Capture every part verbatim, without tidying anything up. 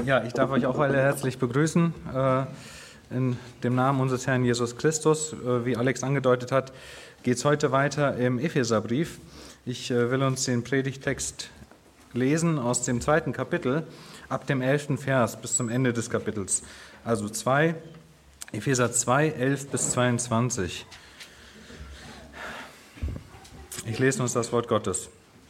Ja, ich darf euch auch alle herzlich begrüßen äh, in dem Namen unseres Herrn Jesus Christus. Äh, wie Alex angedeutet hat, geht es heute weiter im Epheserbrief. Ich äh, will uns den Predigttext lesen aus dem zweiten Kapitel, ab dem elften Vers bis zum Ende des Kapitels. Also zwei, Epheser zwei, elf bis zweiundzwanzig. Ich lese uns das Wort Gottes.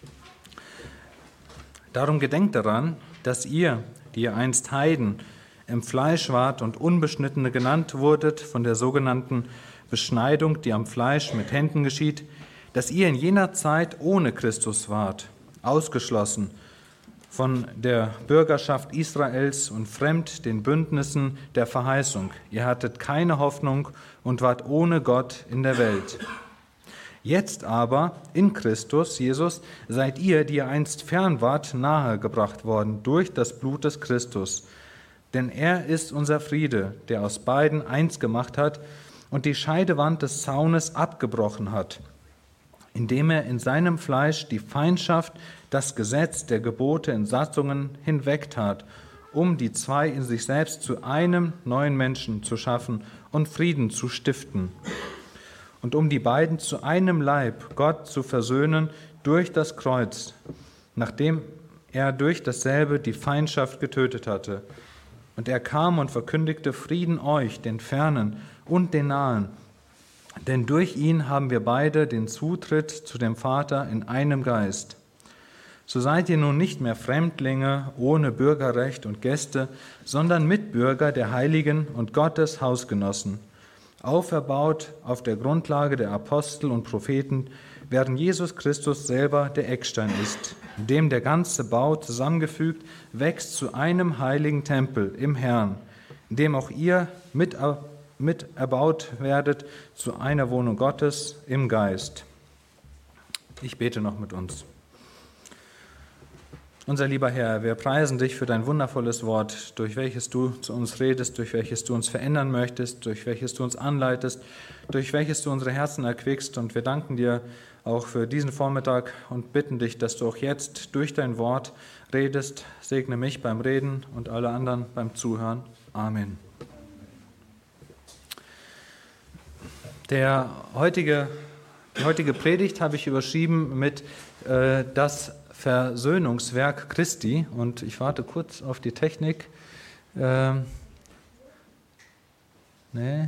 Darum gedenkt daran, dass ihr, die ihr einst Heiden im Fleisch wart und Unbeschnittene genannt wurdet von der sogenannten Beschneidung, die am Fleisch mit Händen geschieht, dass ihr in jener Zeit ohne Christus wart, ausgeschlossen von der Bürgerschaft Israels und fremd den Bündnissen der Verheißung. Ihr hattet keine Hoffnung und wart ohne Gott in der Welt. Jetzt aber in Christus Jesus seid ihr, die ihr einst fern wart, nahegebracht worden durch das Blut des Christus. Denn er ist unser Friede, der aus beiden eins gemacht hat und die Scheidewand des Zaunes abgebrochen hat, indem er in seinem Fleisch die Feindschaft, das Gesetz der Gebote in Satzungen hinwegtat, um die zwei in sich selbst zu einem neuen Menschen zu schaffen und Frieden zu stiften. Und um die beiden zu einem Leib, Gott zu versöhnen durch das Kreuz, nachdem er durch dasselbe die Feindschaft getötet hatte. Und er kam und verkündigte Frieden euch, den Fernen und den Nahen. Denn durch ihn haben wir beide den Zutritt zu dem Vater in einem Geist. So seid ihr nun nicht mehr Fremdlinge ohne Bürgerrecht und Gäste, sondern Mitbürger der Heiligen und Gottes Hausgenossen. Auferbaut auf der Grundlage der Apostel und Propheten, während Jesus Christus selber der Eckstein ist, in dem der ganze Bau zusammengefügt wächst zu einem heiligen Tempel im Herrn, in dem auch ihr mit, mit erbaut werdet zu einer Wohnung Gottes im Geist. Ich bete noch mit uns. Unser lieber Herr, wir preisen dich für dein wundervolles Wort, durch welches du zu uns redest, durch welches du uns verändern möchtest, durch welches du uns anleitest, durch welches du unsere Herzen erquickst. Und wir danken dir auch für diesen Vormittag und bitten dich, dass du auch jetzt durch dein Wort redest. Segne mich beim Reden und alle anderen beim Zuhören. Amen. Der heutige, die heutige Predigt habe ich überschrieben mit äh, das Versöhnungswerk Christi, und ich warte kurz auf die Technik. Ähm, nee.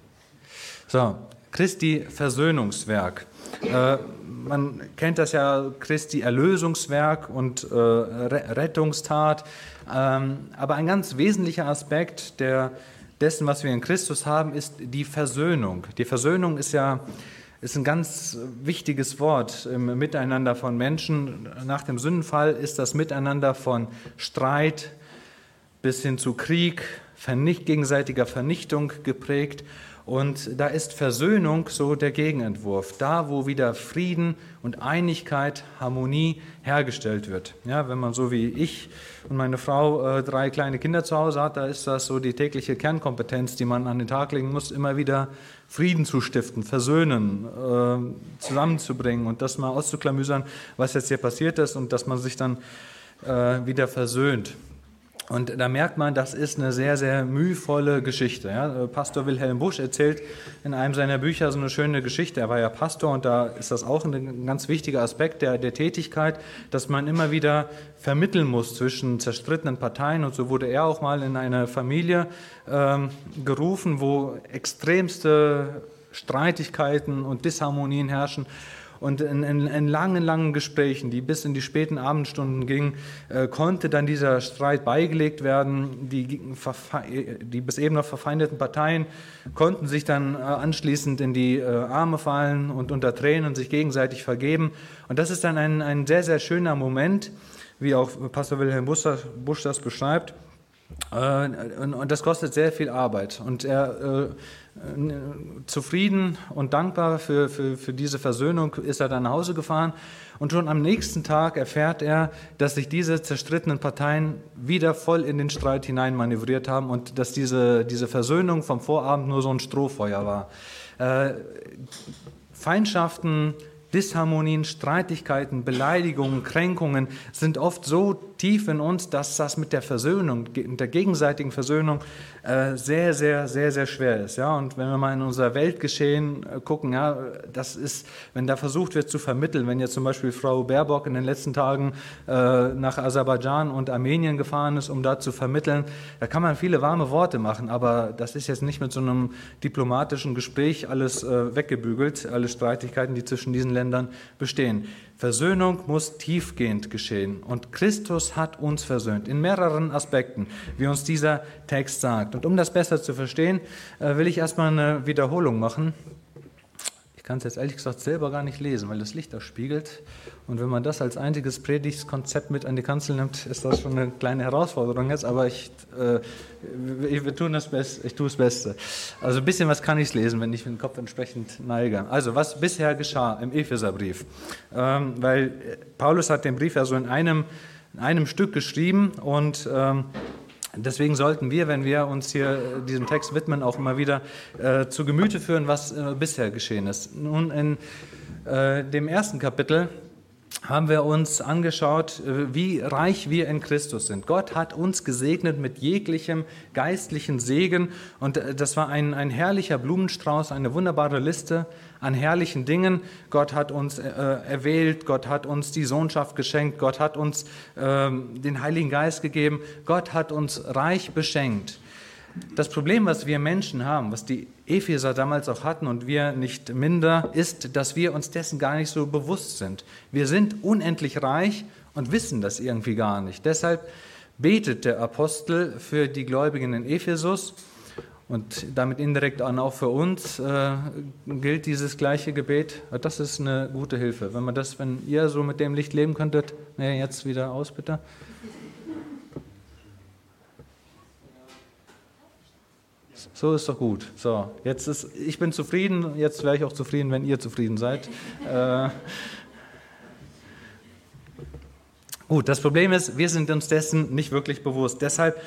So, Christi Versöhnungswerk. Äh, man kennt das ja, Christi Erlösungswerk und äh, Rettungstat, ähm, aber ein ganz wesentlicher Aspekt der, dessen, was wir in Christus haben, ist die Versöhnung. Die Versöhnung ist ja ist ein ganz wichtiges Wort im Miteinander von Menschen. Nach dem Sündenfall ist das Miteinander von Streit bis hin zu Krieg, vernicht, gegenseitiger Vernichtung geprägt. Und da ist Versöhnung so der Gegenentwurf, da wo wieder Frieden und Einigkeit, Harmonie hergestellt wird. Ja, wenn man so wie ich und meine Frau äh, drei kleine Kinder zu Hause hat, da ist das so die tägliche Kernkompetenz, die man an den Tag legen muss, immer wieder Frieden zu stiften, versöhnen, äh, zusammenzubringen und das mal auszuklamüsern, was jetzt hier passiert ist, und dass man sich dann äh, wieder versöhnt. Und da merkt man, das ist eine sehr, sehr mühevolle Geschichte. Ja. Pastor Wilhelm Busch erzählt in einem seiner Bücher so eine schöne Geschichte. Er war ja Pastor, und da ist das auch ein ganz wichtiger Aspekt der, der Tätigkeit, dass man immer wieder vermitteln muss zwischen zerstrittenen Parteien. Und so wurde er auch mal in eine Familie ähm, gerufen, wo extremste Streitigkeiten und Disharmonien herrschen. Und in, in, in langen, langen Gesprächen, die bis in die späten Abendstunden gingen, äh, konnte dann dieser Streit beigelegt werden. Die, die bis eben noch verfeindeten Parteien konnten sich dann äh, anschließend in die äh, Arme fallen und unter Tränen sich gegenseitig vergeben. Und das ist dann ein, ein sehr, sehr schöner Moment, wie auch Pastor Wilhelm Busch, Busch das beschreibt. Äh, und, und das kostet sehr viel Arbeit. Und er... Äh, zufrieden und dankbar für, für, für diese Versöhnung ist er dann nach Hause gefahren, und schon am nächsten Tag erfährt er, dass sich diese zerstrittenen Parteien wieder voll in den Streit hinein manövriert haben und dass diese, diese Versöhnung vom Vorabend nur so ein Strohfeuer war. Äh, Feindschaften, Disharmonien, Streitigkeiten, Beleidigungen, Kränkungen sind oft so tief in uns, dass das mit der Versöhnung, der gegenseitigen Versöhnung äh, sehr, sehr, sehr, sehr schwer ist. Ja? Und wenn wir mal in unser Weltgeschehen äh, gucken, ja, das ist, wenn da versucht wird zu vermitteln, wenn jetzt zum Beispiel Frau Baerbock in den letzten Tagen äh, nach Aserbaidschan und Armenien gefahren ist, um da zu vermitteln, da kann man viele warme Worte machen, aber das ist jetzt nicht mit so einem diplomatischen Gespräch alles äh, weggebügelt, alle Streitigkeiten, die zwischen diesen Ländern bestehen. Versöhnung muss tiefgehend geschehen und Christus hat uns versöhnt in mehreren Aspekten, wie uns dieser Text sagt. Und um das besser zu verstehen, äh, will ich erstmal eine Wiederholung machen. Ich kann es jetzt ehrlich gesagt selber gar nicht lesen, weil das Licht da spiegelt. Und wenn man das als einziges Predigtkonzept mit an die Kanzel nimmt, ist das schon eine kleine Herausforderung jetzt, aber ich, äh, wir tun das Beste, ich tue das Beste. Also ein bisschen was kann ich lesen, wenn ich den Kopf entsprechend neige. Also was bisher geschah im Epheserbrief, ähm, weil Paulus hat den Brief ja so in einem, in einem Stück geschrieben und ähm, deswegen sollten wir, wenn wir uns hier diesem Text widmen, auch immer wieder äh, zu Gemüte führen, was äh, bisher geschehen ist. Nun, in äh, dem ersten Kapitel haben wir uns angeschaut, wie reich wir in Christus sind. Gott hat uns gesegnet mit jeglichem geistlichen Segen und das war ein, ein herrlicher Blumenstrauß, eine wunderbare Liste an herrlichen Dingen. Gott hat uns äh, erwählt, Gott hat uns die Sohnschaft geschenkt, Gott hat uns äh, den Heiligen Geist gegeben, Gott hat uns reich beschenkt. Das Problem, was wir Menschen haben, was die Epheser damals auch hatten und wir nicht minder, ist, dass wir uns dessen gar nicht so bewusst sind. Wir sind unendlich reich und wissen das irgendwie gar nicht. Deshalb betet der Apostel für die Gläubigen in Ephesus und damit indirekt auch für uns äh, gilt dieses gleiche Gebet. Das ist eine gute Hilfe. Wenn man das, wenn ihr so mit dem Licht leben könntet, nee, jetzt wieder aus, bitte. So ist doch gut. So, jetzt ist, ich bin zufrieden, jetzt wäre ich auch zufrieden, wenn ihr zufrieden seid. Äh, gut, das Problem ist, wir sind uns dessen nicht wirklich bewusst. Deshalb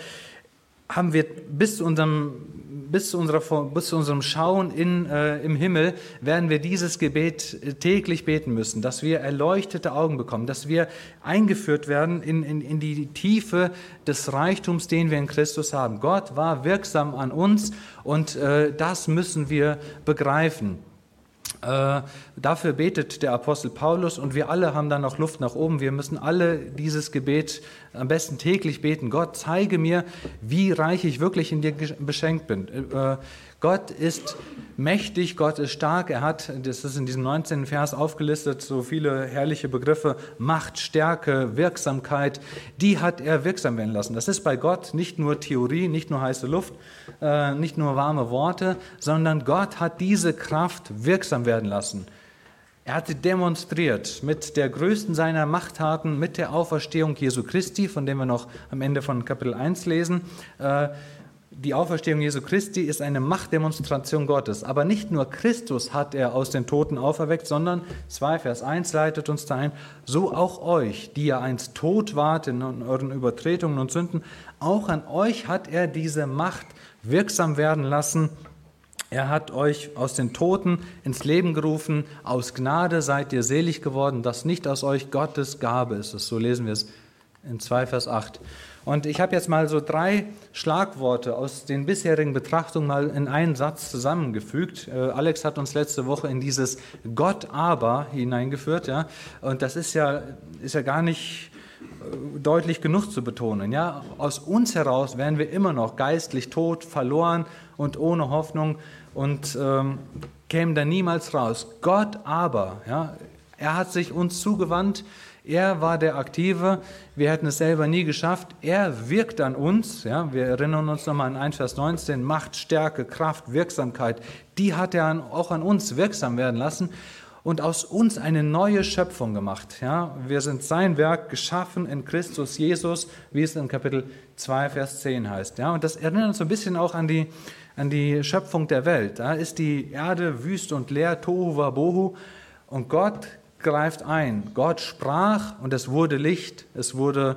haben wir bis zu unserem, bis zu unserer, bis zu unserem Schauen in, äh, im Himmel, werden wir dieses Gebet täglich beten müssen, dass wir erleuchtete Augen bekommen, dass wir eingeführt werden in, in, in die Tiefe des Reichtums, den wir in Christus haben. Gott war wirksam an uns und äh, das müssen wir begreifen. Äh, dafür betet der Apostel Paulus und wir alle haben dann noch Luft nach oben. Wir müssen alle dieses Gebet am besten täglich beten. Gott, zeige mir, wie reich ich wirklich in dir beschenkt bin. Äh, Gott ist mächtig, Gott ist stark. Er hat, das ist in diesem neunzehnten Vers aufgelistet, so viele herrliche Begriffe, Macht, Stärke, Wirksamkeit, die hat er wirksam werden lassen. Das ist bei Gott nicht nur Theorie, nicht nur heiße Luft, äh, nicht nur warme Worte, sondern Gott hat diese Kraft wirksam werden lassen. Er hat sie demonstriert mit der größten seiner Machttaten, mit der Auferstehung Jesu Christi, von dem wir noch am Ende von Kapitel eins lesen. Äh, Die Auferstehung Jesu Christi ist eine Machtdemonstration Gottes. Aber nicht nur Christus hat er aus den Toten auferweckt, sondern, zwei Vers eins leitet uns da ein, so auch euch, die ihr einst tot wart in euren Übertretungen und Sünden, auch an euch hat er diese Macht wirksam werden lassen. Er hat euch aus den Toten ins Leben gerufen, aus Gnade seid ihr selig geworden, das nicht aus euch Gottes Gabe ist. So lesen wir es in zwei Vers acht. Und ich habe jetzt mal so drei Schlagworte aus den bisherigen Betrachtungen mal in einen Satz zusammengefügt. Äh, Alex hat uns letzte Woche in dieses Gott aber hineingeführt. Ja? Und das ist ja, ist ja gar nicht äh, deutlich genug zu betonen. Ja? Aus uns heraus wären wir immer noch geistlich tot, verloren und ohne Hoffnung und ähm, kämen da niemals raus. Gott aber, ja? Er hat sich uns zugewandt. Er war der Aktive, wir hätten es selber nie geschafft. Er wirkt an uns, ja, wir erinnern uns nochmal an eins Vers neunzehn, Macht, Stärke, Kraft, Wirksamkeit, die hat er an, auch an uns wirksam werden lassen und aus uns eine neue Schöpfung gemacht. Ja. Wir sind sein Werk geschaffen in Christus Jesus, wie es in Kapitel zwei Vers zehn heißt. Ja. Und das erinnert uns so ein bisschen auch an die, an die Schöpfung der Welt. Da ist die Erde wüst und leer, Tohu Wabohu, und Gott greift ein. Gott sprach und es wurde Licht, es wurde,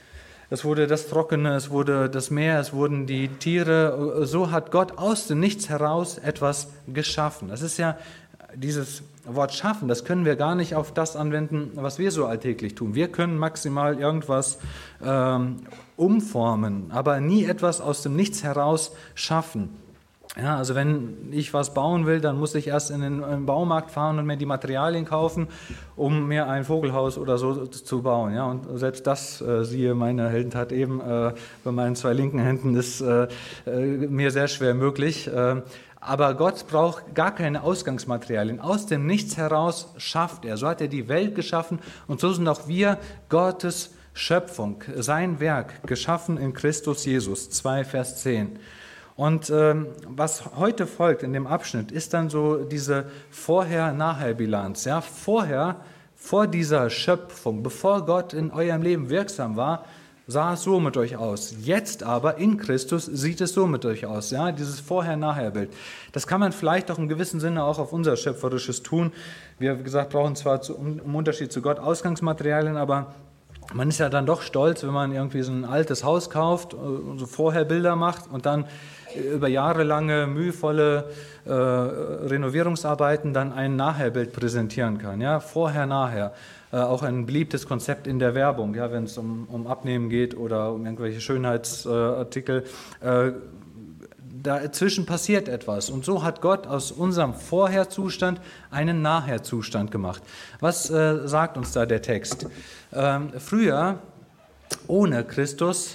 es wurde das Trockene, es wurde das Meer, es wurden die Tiere. So hat Gott aus dem Nichts heraus etwas geschaffen. Das ist ja dieses Wort schaffen, das können wir gar nicht auf das anwenden, was wir so alltäglich tun. Wir können maximal irgendwas ähm, umformen, aber nie etwas aus dem Nichts heraus schaffen. Ja, also wenn ich was bauen will, dann muss ich erst in den, in den Baumarkt fahren und mir die Materialien kaufen, um mir ein Vogelhaus oder so zu bauen. Ja, und selbst das, äh, siehe meine Heldentat eben, äh, bei meinen zwei linken Händen ist äh, äh, mir sehr schwer möglich. Äh, aber Gott braucht gar keine Ausgangsmaterialien. Aus dem Nichts heraus schafft er. So hat er die Welt geschaffen und so sind auch wir Gottes Schöpfung, sein Werk, geschaffen in Christus Jesus. zwei Vers zehn. Und ähm, was heute folgt in dem Abschnitt, ist dann so diese Vorher-Nachher-Bilanz. Ja? Vorher, vor dieser Schöpfung, bevor Gott in eurem Leben wirksam war, sah es so mit euch aus. Jetzt aber in Christus sieht es so mit euch aus. Ja? Dieses Vorher-Nachher-Bild. Das kann man vielleicht auch im gewissen Sinne auch auf unser schöpferisches tun. Wir, wie gesagt, brauchen zwar zu, im Unterschied zu Gott Ausgangsmaterialien, aber man ist ja dann doch stolz, wenn man irgendwie so ein altes Haus kauft, so vorher Bilder macht und dann über jahrelange, mühevolle äh, Renovierungsarbeiten dann ein Nachherbild präsentieren kann. Ja? Vorher, nachher. Äh, auch ein beliebtes Konzept in der Werbung, ja? Wenn es um, um Abnehmen geht oder um irgendwelche Schönheitsartikel. Äh, dazwischen passiert etwas. Und so hat Gott aus unserem Vorherzustand einen Nachherzustand gemacht. Was äh, sagt uns da der Text? Ähm, früher, ohne Christus,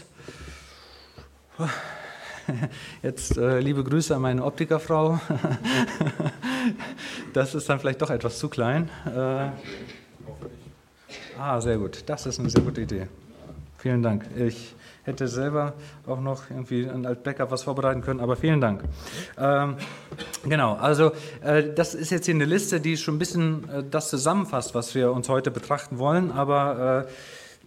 jetzt äh, liebe Grüße an meine Optikerfrau, das ist dann vielleicht doch etwas zu klein. Äh, ah, sehr gut, das ist eine sehr gute Idee. Vielen Dank. Ich hätte selber auch noch irgendwie als Backup was vorbereiten können, aber vielen Dank. Ähm, genau, also äh, das ist jetzt hier eine Liste, die schon ein bisschen äh, das zusammenfasst, was wir uns heute betrachten wollen, aber äh,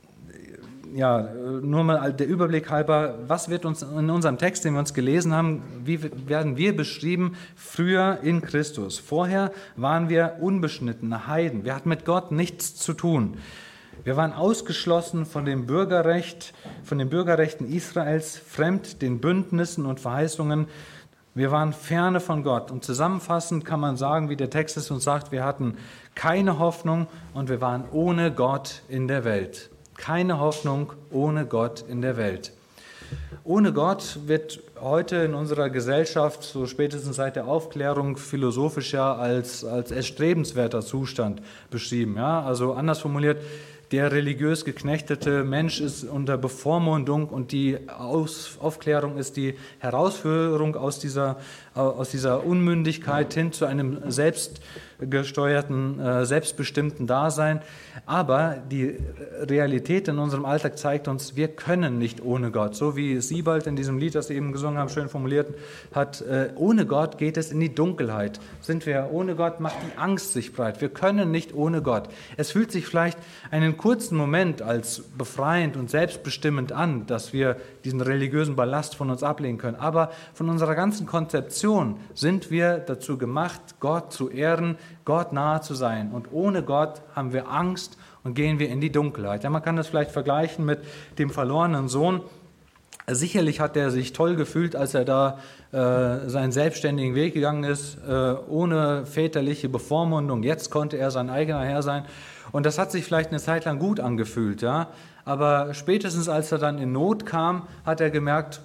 ja, nur mal der Überblick halber, was wird uns in unserem Text, den wir uns gelesen haben, wie werden wir beschrieben? Früher in Christus. Vorher waren wir unbeschnittene Heiden. Wir hatten mit Gott nichts zu tun. Wir waren ausgeschlossen von dem Bürgerrecht, von den Bürgerrechten Israels, fremd den Bündnissen und Verheißungen. Wir waren ferne von Gott. Und zusammenfassend kann man sagen, wie der Text es uns sagt, wir hatten keine Hoffnung und wir waren ohne Gott in der Welt. Keine Hoffnung ohne Gott in der Welt. Ohne Gott wird heute in unserer Gesellschaft, so spätestens seit der Aufklärung, philosophischer als, als erstrebenswerter Zustand beschrieben. Ja? Also anders formuliert, der religiös geknechtete Mensch ist unter Bevormundung und die Aus, Aufklärung ist die Herausführung aus dieser, aus dieser Unmündigkeit hin zu einem selbstgesteuerten, äh, selbstbestimmten Dasein. Aber die Realität in unserem Alltag zeigt uns, wir können nicht ohne Gott. So wie Siebald in diesem Lied, das Sie eben gesungen haben, schön formuliert hat, äh, ohne Gott geht es in die Dunkelheit. Sind wir ohne Gott, macht die Angst sich breit. Wir können nicht ohne Gott. Es fühlt sich vielleicht einen kurzen Moment als befreiend und selbstbestimmend an, dass wir diesen religiösen Ballast von uns ablegen können. Aber von unserer ganzen Konzeption sind wir dazu gemacht, Gott zu ehren, Gott nahe zu sein. Und ohne Gott haben wir Angst und gehen wir in die Dunkelheit. Ja, man kann das vielleicht vergleichen mit dem verlorenen Sohn. Sicherlich hat er sich toll gefühlt, als er da äh, seinen selbstständigen Weg gegangen ist, äh, ohne väterliche Bevormundung. Jetzt konnte er sein eigener Herr sein. Und das hat sich vielleicht eine Zeit lang gut angefühlt, ja. Aber spätestens als er dann in Not kam, hat er gemerkt,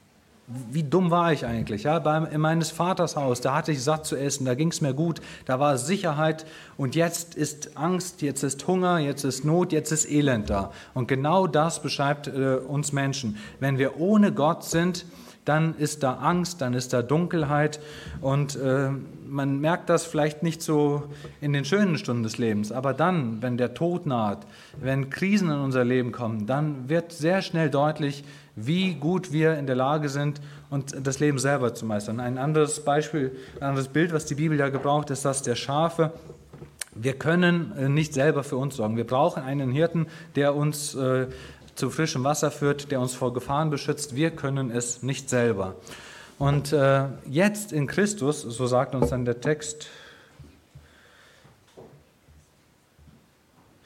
wie dumm war ich eigentlich, ja? Beim, in meines Vaters Haus, da hatte ich satt zu essen, da ging es mir gut, da war Sicherheit und jetzt ist Angst, jetzt ist Hunger, jetzt ist Not, jetzt ist Elend da. Und genau das beschreibt äh, uns Menschen. Wenn wir ohne Gott sind, dann ist da Angst, dann ist da Dunkelheit und äh, man merkt das vielleicht nicht so in den schönen Stunden des Lebens, aber dann, wenn der Tod naht, wenn Krisen in unser Leben kommen, dann wird sehr schnell deutlich, wie gut wir in der Lage sind, und das Leben selber zu meistern. Ein anderes Beispiel, ein anderes Bild, was die Bibel ja gebraucht, ist das der Schafe. Wir können nicht selber für uns sorgen. Wir brauchen einen Hirten, der uns äh, zu frischem Wasser führt, der uns vor Gefahren beschützt. Wir können es nicht selber. Und äh, jetzt in Christus, so sagt uns dann der Text,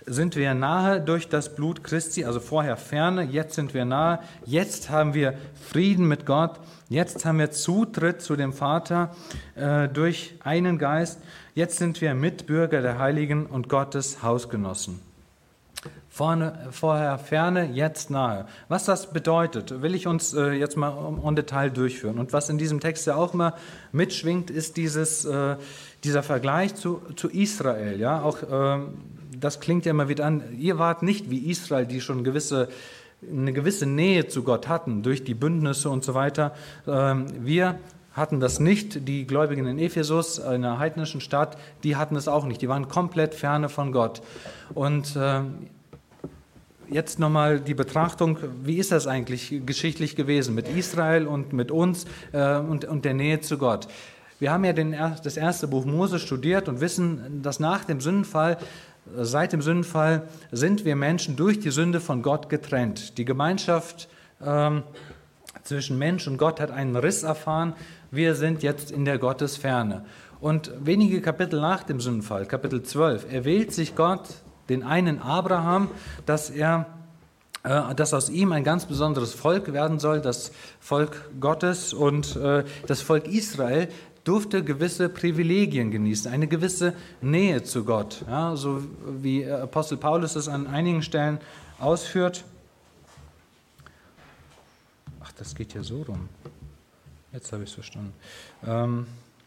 sind wir nahe durch das Blut Christi, also vorher ferne, jetzt sind wir nahe, jetzt haben wir Frieden mit Gott, jetzt haben wir Zutritt zu dem Vater äh, durch einen Geist, jetzt sind wir Mitbürger der Heiligen und Gottes Hausgenossen. Vorne, vorher ferne, jetzt nahe. Was das bedeutet, will ich uns äh, jetzt mal im Detail durchführen. Und was in diesem Text ja auch mal mitschwingt, ist dieses, äh, dieser Vergleich zu, zu Israel. Ja? Auch äh, das klingt ja immer wieder an, ihr wart nicht wie Israel, die schon gewisse, eine gewisse Nähe zu Gott hatten, durch die Bündnisse und so weiter. Ähm, wir hatten das nicht, die Gläubigen in Ephesus, einer heidnischen Stadt, die hatten es auch nicht. Die waren komplett ferne von Gott. Und äh, jetzt nochmal die Betrachtung, wie ist das eigentlich geschichtlich gewesen mit Israel und mit uns äh, und, und der Nähe zu Gott? Wir haben ja den, das erste Buch Mose studiert und wissen, dass nach dem Sündenfall, seit dem Sündenfall, sind wir Menschen durch die Sünde von Gott getrennt. Die Gemeinschaft ähm, zwischen Mensch und Gott hat einen Riss erfahren. Wir sind jetzt in der Gottesferne. Und wenige Kapitel nach dem Sündenfall, Kapitel zwölf, erwählt sich Gott den einen Abraham, dass er, äh, dass aus ihm ein ganz besonderes Volk werden soll, das Volk Gottes, und äh, das Volk Israel durfte gewisse Privilegien genießen, eine gewisse Nähe zu Gott, ja, so wie Apostel Paulus es an einigen Stellen ausführt. Ach, das geht ja so rum. Jetzt habe ich es verstanden. Ähm,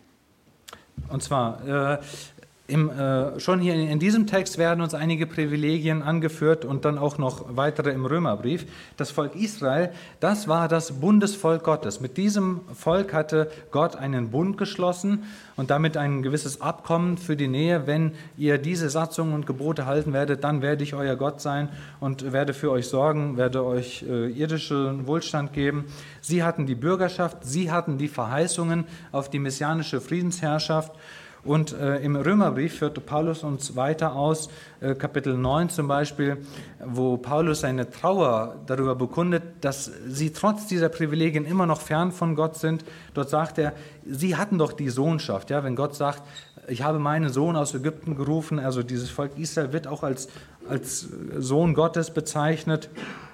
und zwar, äh, Im, äh, schon hier in, in diesem Text werden uns einige Privilegien angeführt und dann auch noch weitere im Römerbrief. Das Volk Israel, das war das Bundesvolk Gottes. Mit diesem Volk hatte Gott einen Bund geschlossen und damit ein gewisses Abkommen für die Nähe. Wenn ihr diese Satzungen und Gebote halten werdet, dann werde ich euer Gott sein und werde für euch sorgen, werde euch äh, irdischen Wohlstand geben. Sie hatten die Bürgerschaft, sie hatten die Verheißungen auf die messianische Friedensherrschaft. Und äh, im Römerbrief führt Paulus uns weiter aus, äh, Kapitel neun zum Beispiel, wo Paulus seine Trauer darüber bekundet, dass sie trotz dieser Privilegien immer noch fern von Gott sind. Dort sagt er, sie hatten doch die Sohnschaft. Ja? Wenn Gott sagt, ich habe meinen Sohn aus Ägypten gerufen, also dieses Volk Israel wird auch als, als Sohn Gottes bezeichnet.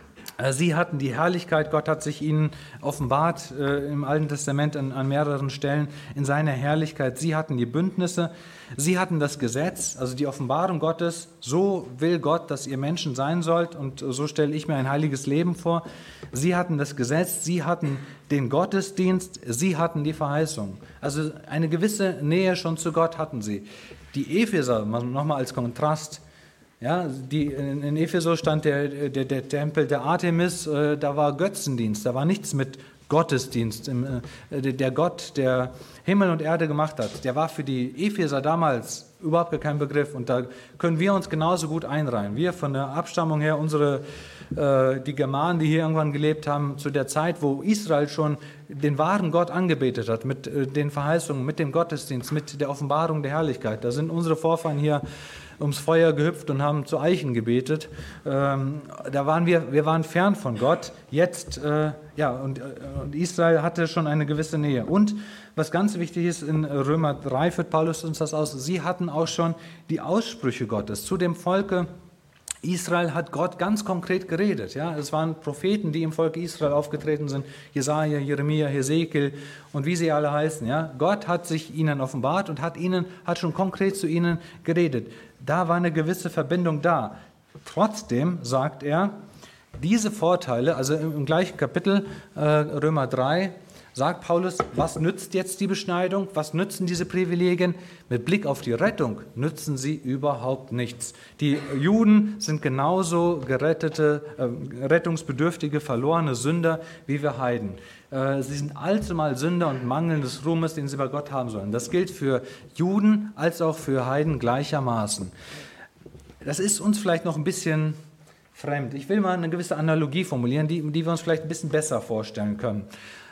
Sie hatten die Herrlichkeit, Gott hat sich ihnen offenbart äh, im Alten Testament an, an mehreren Stellen in seiner Herrlichkeit. Sie hatten die Bündnisse, sie hatten das Gesetz, also die Offenbarung Gottes. So will Gott, dass ihr Menschen sein sollt, und so stelle ich mir ein heiliges Leben vor. Sie hatten das Gesetz, sie hatten den Gottesdienst, sie hatten die Verheißung. Also eine gewisse Nähe schon zu Gott hatten sie. Die Epheser, nochmal als Kontrast, ja, die, in, in Ephesus stand der, der, der Tempel der Artemis, äh, da war Götzendienst, da war nichts mit Gottesdienst. Im, äh, der Gott, der Himmel und Erde gemacht hat, der war für die Epheser damals überhaupt kein Begriff, und da können wir uns genauso gut einreihen. Wir von der Abstammung her, unsere, äh, die Germanen, die hier irgendwann gelebt haben, zu der Zeit, wo Israel schon den wahren Gott angebetet hat, mit äh, den Verheißungen, mit dem Gottesdienst, mit der Offenbarung der Herrlichkeit. Da sind unsere Vorfahren hier ums Feuer gehüpft und haben zu Eichen gebetet. Ähm, da waren wir, wir waren fern von Gott. Jetzt, äh, ja, und, und Israel hatte schon eine gewisse Nähe. Und was ganz wichtig ist, in Römer drei führt Paulus uns das aus, sie hatten auch schon die Aussprüche Gottes. Zu dem Volke Israel hat Gott ganz konkret geredet. Ja? Es waren Propheten, die im Volke Israel aufgetreten sind, Jesaja, Jeremia, Hesekiel und wie sie alle heißen. Ja? Gott hat sich ihnen offenbart und hat, ihnen, hat schon konkret zu ihnen geredet. Da war eine gewisse Verbindung da. Trotzdem sagt er, diese Vorteile, also im, im gleichen Kapitel äh, Römer drei, sagt Paulus, was nützt jetzt die Beschneidung? Was nützen diese Privilegien? Mit Blick auf die Rettung nützen sie überhaupt nichts. Die Juden sind genauso gerettete, äh, rettungsbedürftige, verlorene Sünder wie wir Heiden. Äh, sie sind allzumal Sünder und Mangel des Ruhmes, den sie bei Gott haben sollen. Das gilt für Juden als auch für Heiden gleichermaßen. Das ist uns vielleicht noch ein bisschen fremd. Ich will mal eine gewisse Analogie formulieren, die, die wir uns vielleicht ein bisschen besser vorstellen können.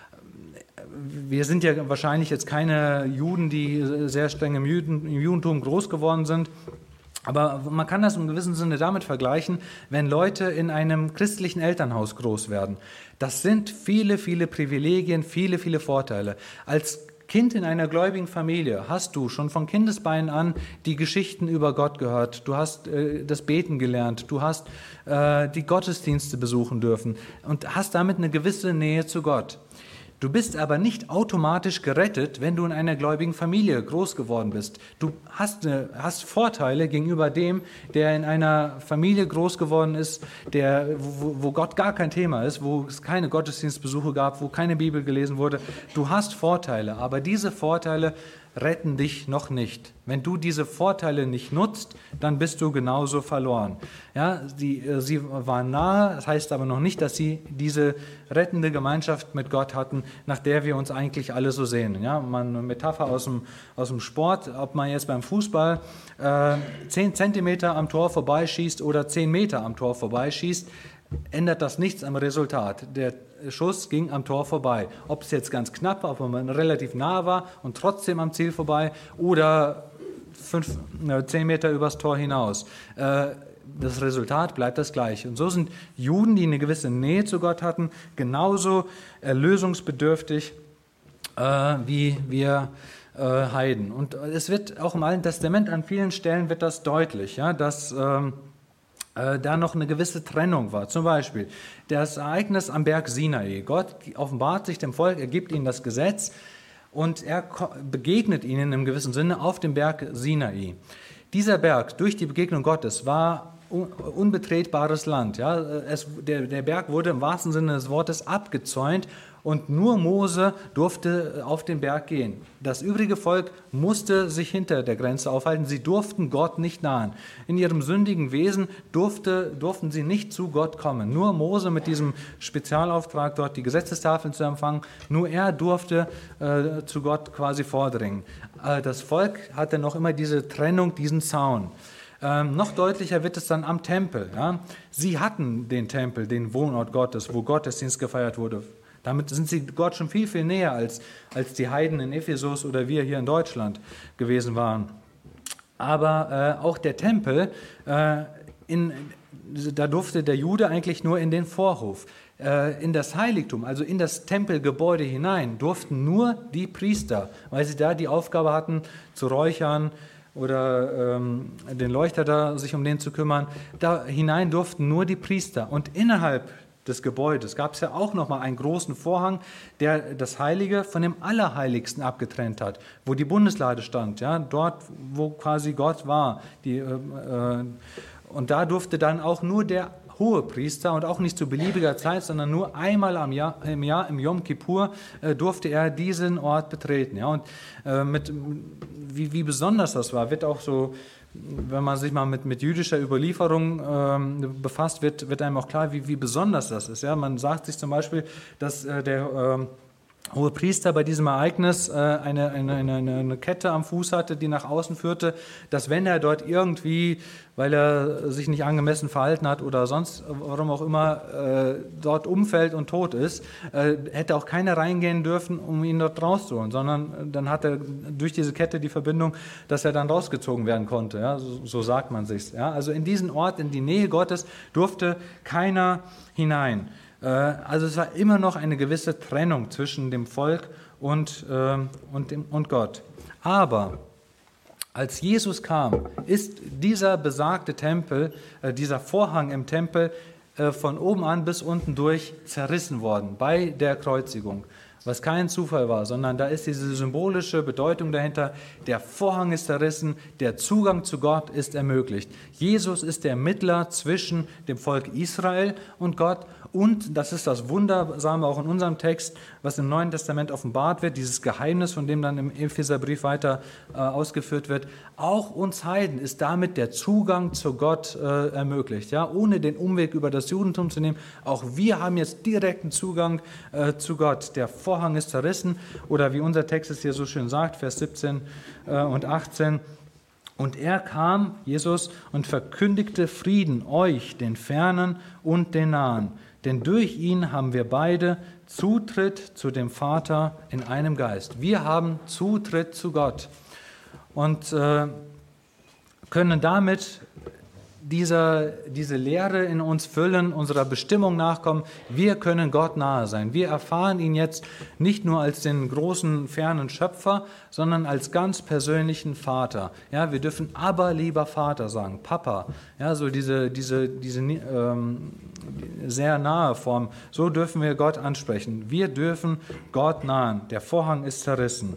Wir sind ja wahrscheinlich jetzt keine Juden, die sehr streng im, Juden, im Judentum groß geworden sind, aber man kann das im gewissen Sinne damit vergleichen, wenn Leute in einem christlichen Elternhaus groß werden. Das sind viele, viele Privilegien, viele, viele Vorteile. Als Kind in einer gläubigen Familie hast du schon von Kindesbeinen an die Geschichten über Gott gehört. Du hast äh, das Beten gelernt. Du hast äh, die Gottesdienste besuchen dürfen und hast damit eine gewisse Nähe zu Gott. Du bist aber nicht automatisch gerettet, wenn du in einer gläubigen Familie groß geworden bist. Du hast, eine, hast Vorteile gegenüber dem, der in einer Familie groß geworden ist, der, wo, wo Gott gar kein Thema ist, wo es keine Gottesdienstbesuche gab, wo keine Bibel gelesen wurde. Du hast Vorteile, aber diese Vorteile retten dich noch nicht. Wenn du diese Vorteile nicht nutzt, dann bist du genauso verloren. Ja, die, sie waren nahe, das heißt aber noch nicht, dass sie diese rettende Gemeinschaft mit Gott hatten, nach der wir uns eigentlich alle so sehnen. Ja, mal eine Metapher aus dem, aus dem Sport, ob man jetzt beim Fußball äh, zehn Zentimeter am Tor vorbeischießt oder zehn Meter am Tor vorbeischießt, ändert das nichts am Resultat. Der Schuss ging am Tor vorbei. Ob es jetzt ganz knapp war, ob man relativ nah war und trotzdem am Ziel vorbei oder fünf, zehn Meter übers Tor hinaus. Äh, das Resultat bleibt das gleiche. Und so sind Juden, die eine gewisse Nähe zu Gott hatten, genauso erlösungsbedürftig äh, wie wir äh, Heiden. Und es wird auch im Alten Testament an vielen Stellen wird das deutlich, ja, dass ähm, da noch eine gewisse Trennung war. Zum Beispiel das Ereignis am Berg Sinai. Gott offenbart sich dem Volk, er gibt ihnen das Gesetz und er begegnet ihnen im gewissen Sinne auf dem Berg Sinai. Dieser Berg, durch die Begegnung Gottes, war unbetretbares Land. Ja, es, der, der Berg wurde im wahrsten Sinne des Wortes abgezäunt und nur Mose durfte auf den Berg gehen. Das übrige Volk musste sich hinter der Grenze aufhalten. Sie durften Gott nicht nahen. In ihrem sündigen Wesen durfte, durften sie nicht zu Gott kommen. Nur Mose mit diesem Spezialauftrag, dort die Gesetzestafeln zu empfangen, nur er durfte äh, zu Gott quasi vordringen. Äh, das Volk hatte noch immer diese Trennung, diesen Zaun. Ähm, noch deutlicher wird es dann am Tempel. Ja? Sie hatten den Tempel, den Wohnort Gottes, wo Gottesdienst gefeiert wurde. Damit sind sie Gott schon viel, viel näher, als, als die Heiden in Ephesus oder wir hier in Deutschland gewesen waren. Aber äh, auch der Tempel, äh, in, da durfte der Jude eigentlich nur in den Vorhof. Äh, in das Heiligtum, also in das Tempelgebäude hinein, durften nur die Priester, weil sie da die Aufgabe hatten, zu räuchern, oder ähm, den Leuchter da, sich um den zu kümmern. Da hinein durften nur die Priester. Und innerhalb des Gebäudes gab es ja auch nochmal einen großen Vorhang, der das Heilige von dem Allerheiligsten abgetrennt hat, wo die Bundeslade stand, ja, dort, wo quasi Gott war. Die, äh, und da durfte dann auch nur der Hohepriester und auch nicht zu beliebiger Zeit, sondern nur einmal am Jahr, im Jahr, im Yom Kippur, äh, durfte er diesen Ort betreten. Ja, und äh, mit, wie, wie besonders das war, wird auch so, wenn man sich mal mit, mit jüdischer Überlieferung ähm, befasst, wird, wird einem auch klar, wie, wie besonders das ist. Ja, man sagt sich zum Beispiel, dass äh, der äh, Hohepriester bei diesem Ereignis äh, eine, eine, eine, eine Kette am Fuß hatte, die nach außen führte, dass wenn er dort irgendwie, weil er sich nicht angemessen verhalten hat oder sonst, warum auch immer, äh, dort umfällt und tot ist, äh, hätte auch keiner reingehen dürfen, um ihn dort rauszuholen, sondern dann hat er durch diese Kette die Verbindung, dass er dann rausgezogen werden konnte. Ja? So, so sagt man sich. Ja? Also in diesen Ort, in die Nähe Gottes, durfte keiner hinein. Also es war immer noch eine gewisse Trennung zwischen dem Volk und, äh, und, dem, und Gott. Aber als Jesus kam, ist dieser besagte Tempel, äh, dieser Vorhang im Tempel äh, von oben an bis unten durch zerrissen worden bei der Kreuzigung. Was kein Zufall war, sondern da ist diese symbolische Bedeutung dahinter. Der Vorhang ist zerrissen, der Zugang zu Gott ist ermöglicht. Jesus ist der Mittler zwischen dem Volk Israel und Gott. Und, das ist das Wundersame auch in unserem Text, was im Neuen Testament offenbart wird, dieses Geheimnis, von dem dann im Epheserbrief weiter äh, ausgeführt wird. Auch uns Heiden ist damit der Zugang zu Gott äh, ermöglicht, ja? Ohne den Umweg über das Judentum zu nehmen. Auch wir haben jetzt direkten Zugang äh, zu Gott. Der Vorhang ist zerrissen, oder wie unser Text es hier so schön sagt, Vers siebzehn äh, und achtzehn. Und er kam, Jesus, und verkündigte Frieden euch, den Fernen und den Nahen. Denn durch ihn haben wir beide Zutritt zu dem Vater in einem Geist. Wir haben Zutritt zu Gott und äh, können damit dieser, diese Lehre in uns füllen, unserer Bestimmung nachkommen. Wir können Gott nahe sein. Wir erfahren ihn jetzt nicht nur als den großen, fernen Schöpfer, sondern als ganz persönlichen Vater. Ja, wir dürfen aber lieber Vater sagen, Papa. Ja, so diese, diese, diese ähm, sehr nahe Form. So dürfen wir Gott ansprechen. Wir dürfen Gott nahen. Der Vorhang ist zerrissen.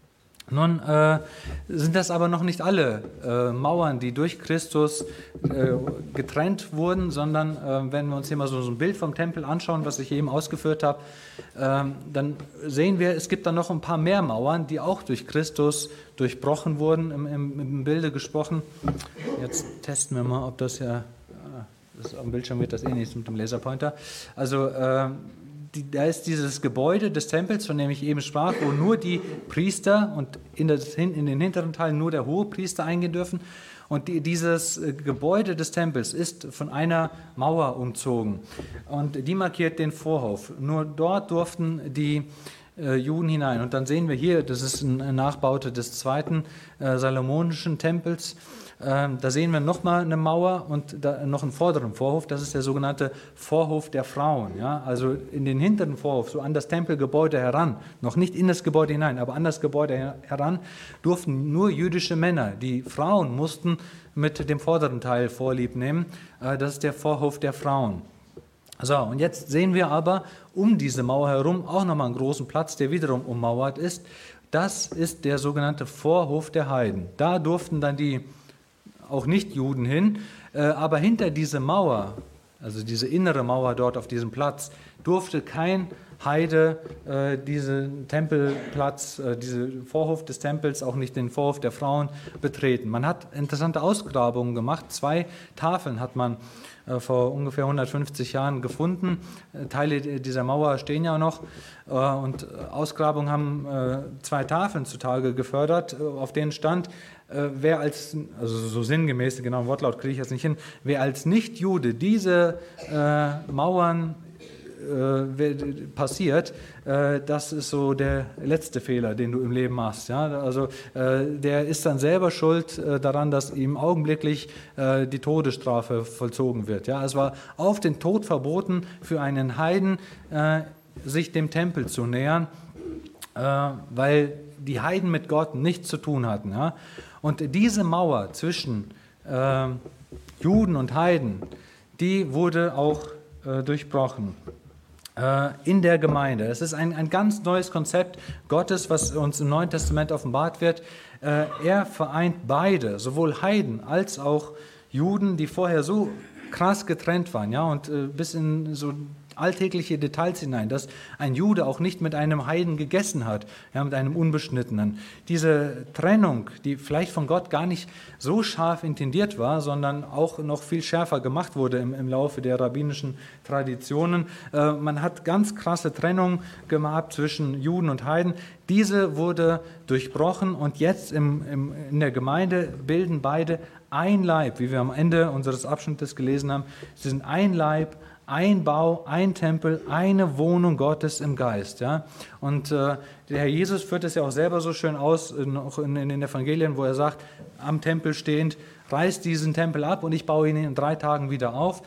Nun äh, sind das aber noch nicht alle äh, Mauern, die durch Christus äh, getrennt wurden, sondern äh, wenn wir uns hier mal so, so ein Bild vom Tempel anschauen, was ich eben ausgeführt habe, äh, dann sehen wir, es gibt da noch ein paar mehr Mauern, die auch durch Christus durchbrochen wurden, im, im, im Bilde gesprochen. Jetzt testen wir mal, ob das ja, das am Bildschirm wird das eh nichts mit dem Laserpointer. Also äh, Die, da ist dieses Gebäude des Tempels, von dem ich eben sprach, wo nur die Priester und in, das, in den hinteren Teilen nur der Hohepriester eingehen dürfen. Und die, dieses Gebäude des Tempels ist von einer Mauer umzogen und die markiert den Vorhof. Nur dort durften die äh, Juden hinein. Und dann sehen wir hier, das ist ein Nachbaute des zweiten äh, salomonischen Tempels. Ähm, da sehen wir nochmal eine Mauer und da noch einen vorderen Vorhof, das ist der sogenannte Vorhof der Frauen. Ja? Also in den hinteren Vorhof, so an das Tempelgebäude heran, noch nicht in das Gebäude hinein, aber an das Gebäude her- heran, durften nur jüdische Männer. Die Frauen mussten mit dem vorderen Teil Vorlieb nehmen, äh, das ist der Vorhof der Frauen. So, und jetzt sehen wir aber um diese Mauer herum auch nochmal einen großen Platz, der wiederum ummauert ist. Das ist der sogenannte Vorhof der Heiden. Da durften dann die auch Nicht-Juden hin, äh, aber hinter diese Mauer, also diese innere Mauer dort auf diesem Platz, durfte kein Heide äh, diesen Tempelplatz, äh, diesen Vorhof des Tempels, auch nicht den Vorhof der Frauen betreten. Man hat interessante Ausgrabungen gemacht. Zwei Tafeln hat man äh, vor ungefähr hundertfünfzig Jahren gefunden. Äh, Teile dieser Mauer stehen ja noch. Äh, und Ausgrabungen haben äh, zwei Tafeln zutage gefördert, äh, auf denen stand, äh, wer als, also so sinngemäß, den genauen Wortlaut kriege ich jetzt nicht hin, wer als Nicht-Jude diese äh, Mauern passiert, das ist so der letzte Fehler, den du im Leben machst. Ja? Also der ist dann selber schuld daran, dass ihm augenblicklich die Todesstrafe vollzogen wird. Ja? Es war auf den Tod verboten für einen Heiden, sich dem Tempel zu nähern, weil die Heiden mit Gott nichts zu tun hatten. Ja? Und diese Mauer zwischen Juden und Heiden, die wurde auch durchbrochen in der Gemeinde. Es ist ein, ein ganz neues Konzept Gottes, was uns im Neuen Testament offenbart wird. Er vereint beide, sowohl Heiden als auch Juden, die vorher so krass getrennt waren, ja, und bis in so alltägliche Details hinein, dass ein Jude auch nicht mit einem Heiden gegessen hat, ja, mit einem Unbeschnittenen. Diese Trennung, die vielleicht von Gott gar nicht so scharf intendiert war, sondern auch noch viel schärfer gemacht wurde im, im Laufe der rabbinischen Traditionen. Äh, man hat ganz krasse Trennung gemacht zwischen Juden und Heiden. Diese wurde durchbrochen und jetzt im, im, in der Gemeinde bilden beide ein Leib, wie wir am Ende unseres Abschnittes gelesen haben. Sie sind ein Leib, ein Bau, ein Tempel, eine Wohnung Gottes im Geist. Ja? Und äh, der Herr Jesus führt es ja auch selber so schön aus, in, auch in, in den Evangelien, wo er sagt, am Tempel stehend, reißt diesen Tempel ab und ich baue ihn in drei Tagen wieder auf.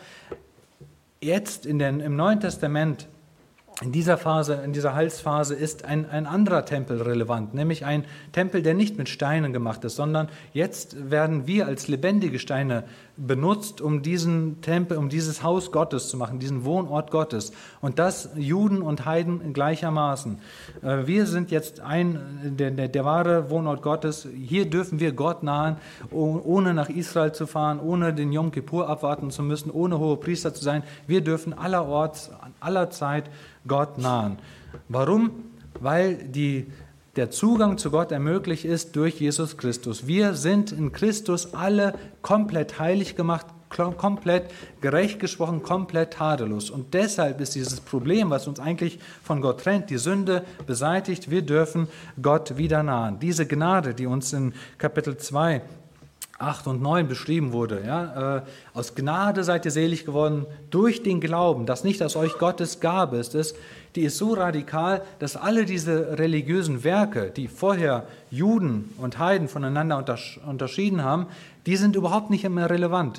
Jetzt in den, im Neuen Testament, in dieser Phase, in dieser Heilsphase ist ein, ein anderer Tempel relevant, nämlich ein Tempel, der nicht mit Steinen gemacht ist, sondern jetzt werden wir als lebendige Steine benutzt, um diesen Tempel, um dieses Haus Gottes zu machen, diesen Wohnort Gottes. Und das Juden und Heiden gleichermaßen. Wir sind jetzt ein, der, der, der wahre Wohnort Gottes. Hier dürfen wir Gott nahen, ohne nach Israel zu fahren, ohne den Yom Kippur abwarten zu müssen, ohne Hohepriester zu sein. Wir dürfen allerorts, aller Zeit Gott nahen. Warum? Weil die, der Zugang zu Gott ermöglicht ist durch Jesus Christus. Wir sind in Christus alle komplett heilig gemacht, komplett gerecht gesprochen, komplett tadellos. Und deshalb ist dieses Problem, was uns eigentlich von Gott trennt, die Sünde, beseitigt. Wir dürfen Gott wieder nahen. Diese Gnade, die uns in Kapitel zwei acht und neun beschrieben wurde. Ja, äh, aus Gnade seid ihr selig geworden durch den Glauben, dass nicht aus euch Gottes Gabe ist, ist, die ist so radikal, dass alle diese religiösen Werke, die vorher Juden und Heiden voneinander untersch- unterschieden haben, die sind überhaupt nicht mehr relevant.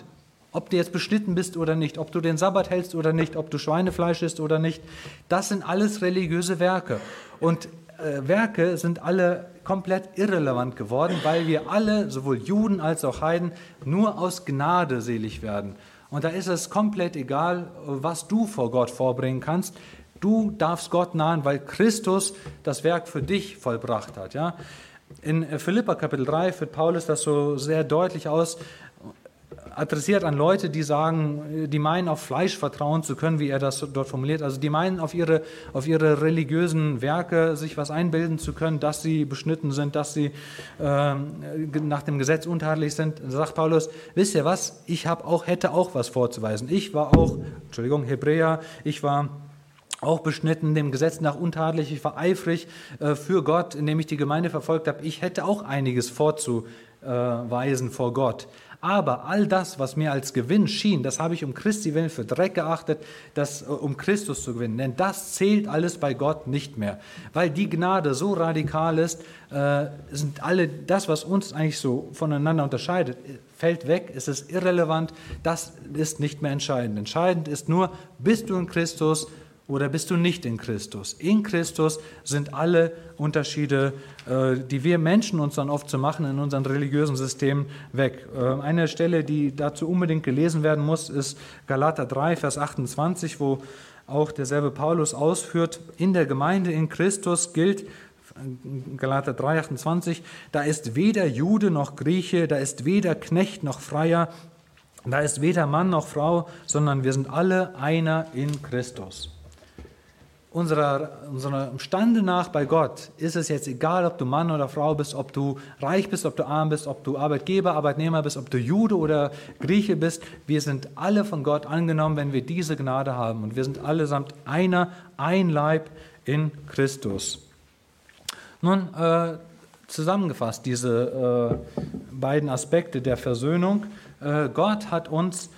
Ob du jetzt beschnitten bist oder nicht, ob du den Sabbat hältst oder nicht, ob du Schweinefleisch isst oder nicht, das sind alles religiöse Werke. Und äh, Werke sind alle komplett irrelevant geworden, weil wir alle, sowohl Juden als auch Heiden, nur aus Gnade selig werden. Und da ist es komplett egal, was du vor Gott vorbringen kannst. Du darfst Gott nahen, weil Christus das Werk für dich vollbracht hat. Ja? In Philipper Kapitel drei führt Paulus das so sehr deutlich aus, adressiert an Leute, die sagen, die meinen, auf Fleisch vertrauen zu können, wie er das dort formuliert. Also die meinen, auf ihre, auf ihre religiösen Werke sich was einbilden zu können, dass sie beschnitten sind, dass sie äh, nach dem Gesetz untadelig sind. Da sagt Paulus, wisst ihr was, ich hab auch, hätte auch was vorzuweisen. Ich war auch, Entschuldigung, Hebräer, ich war auch beschnitten, dem Gesetz nach untadelig, ich war eifrig äh, für Gott, indem ich die Gemeinde verfolgt habe. Ich hätte auch einiges vorzuweisen vor Gott. Aber all das, was mir als Gewinn schien, das habe ich um Christi willen für Dreck geachtet, das, um Christus zu gewinnen. Denn das zählt alles bei Gott nicht mehr. Weil die Gnade so radikal ist, äh, sind alle, das, was uns eigentlich so voneinander unterscheidet, fällt weg, es ist irrelevant, das ist nicht mehr entscheidend. Entscheidend ist nur, bist du in Christus oder bist du nicht in Christus? In Christus sind alle Unterschiede, die wir Menschen uns dann oft zu machen in unseren religiösen Systemen, weg. Eine Stelle, die dazu unbedingt gelesen werden muss, ist Galater drei, Vers achtundzwanzig, wo auch derselbe Paulus ausführt, in der Gemeinde in Christus gilt, Galater drei, achtundzwanzig, da ist weder Jude noch Grieche, da ist weder Knecht noch Freier, da ist weder Mann noch Frau, sondern wir sind alle einer in Christus. Unserer, unserem Stande nach bei Gott ist es jetzt egal, ob du Mann oder Frau bist, ob du reich bist, ob du arm bist, ob du Arbeitgeber, Arbeitnehmer bist, ob du Jude oder Grieche bist. Wir sind alle von Gott angenommen, wenn wir diese Gnade haben. Und wir sind allesamt einer, ein Leib in Christus. Nun, äh, zusammengefasst, diese äh, beiden Aspekte der Versöhnung. Äh, Gott hat uns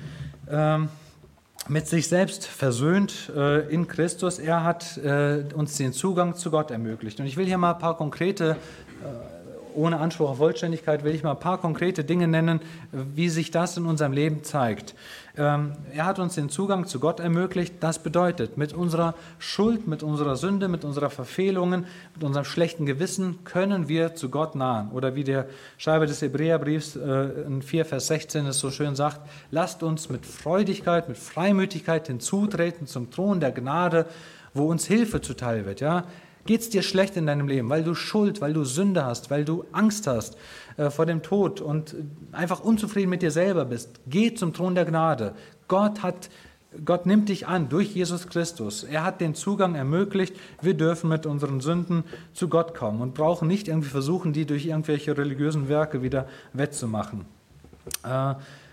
äh, mit sich selbst versöhnt äh, in Christus. Er hat äh, uns den Zugang zu Gott ermöglicht. Und ich will hier mal ein paar konkrete, äh, ohne Anspruch auf Vollständigkeit, will ich mal ein paar konkrete Dinge nennen, wie sich das in unserem Leben zeigt. Ähm, er hat uns den Zugang zu Gott ermöglicht. Das bedeutet, mit unserer Schuld, mit unserer Sünde, mit unserer Verfehlungen, mit unserem schlechten Gewissen können wir zu Gott nahen. Oder wie der Schreiber des Hebräerbriefs äh, in vier, Vers sechzehn es so schön sagt, lasst uns mit Freudigkeit, mit Freimütigkeit hinzutreten zum Thron der Gnade, wo uns Hilfe zuteil wird. Ja? Geht es dir schlecht in deinem Leben, weil du Schuld, weil du Sünde hast, weil du Angst hast äh, vor dem Tod und einfach unzufrieden mit dir selber bist, geh zum Thron der Gnade. Gott hat, Gott nimmt dich an durch Jesus Christus. Er hat den Zugang ermöglicht. Wir dürfen mit unseren Sünden zu Gott kommen und brauchen nicht irgendwie versuchen, die durch irgendwelche religiösen Werke wieder wettzumachen. Äh,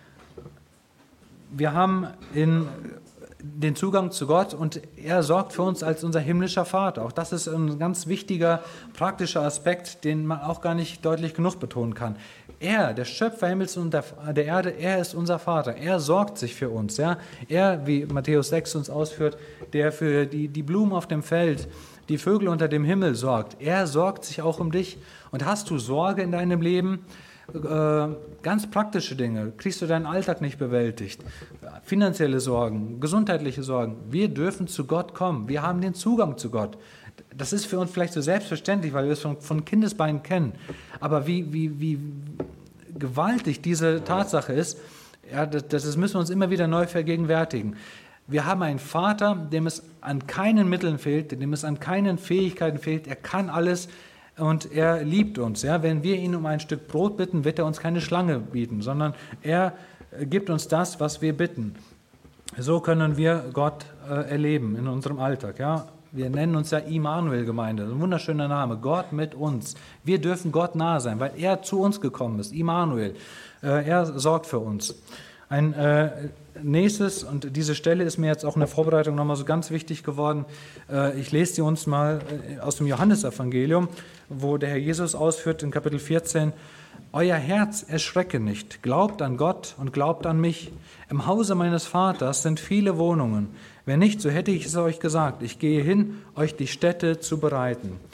wir haben in den Zugang zu Gott und er sorgt für uns als unser himmlischer Vater. Auch das ist ein ganz wichtiger, praktischer Aspekt, den man auch gar nicht deutlich genug betonen kann. Er, der Schöpfer Himmels und der, der Erde, er ist unser Vater. Er sorgt sich für uns. Ja? Er, wie Matthäus sechs uns ausführt, der für die, die Blumen auf dem Feld, die Vögel unter dem Himmel sorgt. Er sorgt sich auch um dich. Und hast du Sorge in deinem Leben? Äh, ganz praktische Dinge, kriegst du deinen Alltag nicht bewältigt, finanzielle Sorgen, gesundheitliche Sorgen, wir dürfen zu Gott kommen, wir haben den Zugang zu Gott. Das ist für uns vielleicht so selbstverständlich, weil wir es von, von Kindesbeinen kennen, aber wie, wie, wie gewaltig diese Tatsache ist, ja, das, das müssen wir uns immer wieder neu vergegenwärtigen. Wir haben einen Vater, dem es an keinen Mitteln fehlt, dem es an keinen Fähigkeiten fehlt, er kann alles. Und er liebt uns. Ja? Wenn wir ihn um ein Stück Brot bitten, wird er uns keine Schlange bieten, sondern er gibt uns das, was wir bitten. So können wir Gott äh, erleben in unserem Alltag. Ja? Wir nennen uns ja Immanuel-Gemeinde, ein wunderschöner Name, Gott mit uns. Wir dürfen Gott nahe sein, weil er zu uns gekommen ist, Immanuel. Äh, er sorgt für uns. Ein äh, nächstes, und diese Stelle ist mir jetzt auch in der Vorbereitung nochmal so ganz wichtig geworden, äh, ich lese sie uns mal äh, aus dem Johannesevangelium, wo der Herr Jesus ausführt in Kapitel vierzehn, euer Herz erschrecke nicht, glaubt an Gott und glaubt an mich. Im Hause meines Vaters sind viele Wohnungen. Wenn nicht, so hätte ich es euch gesagt, ich gehe hin, euch die Stätte zu bereiten.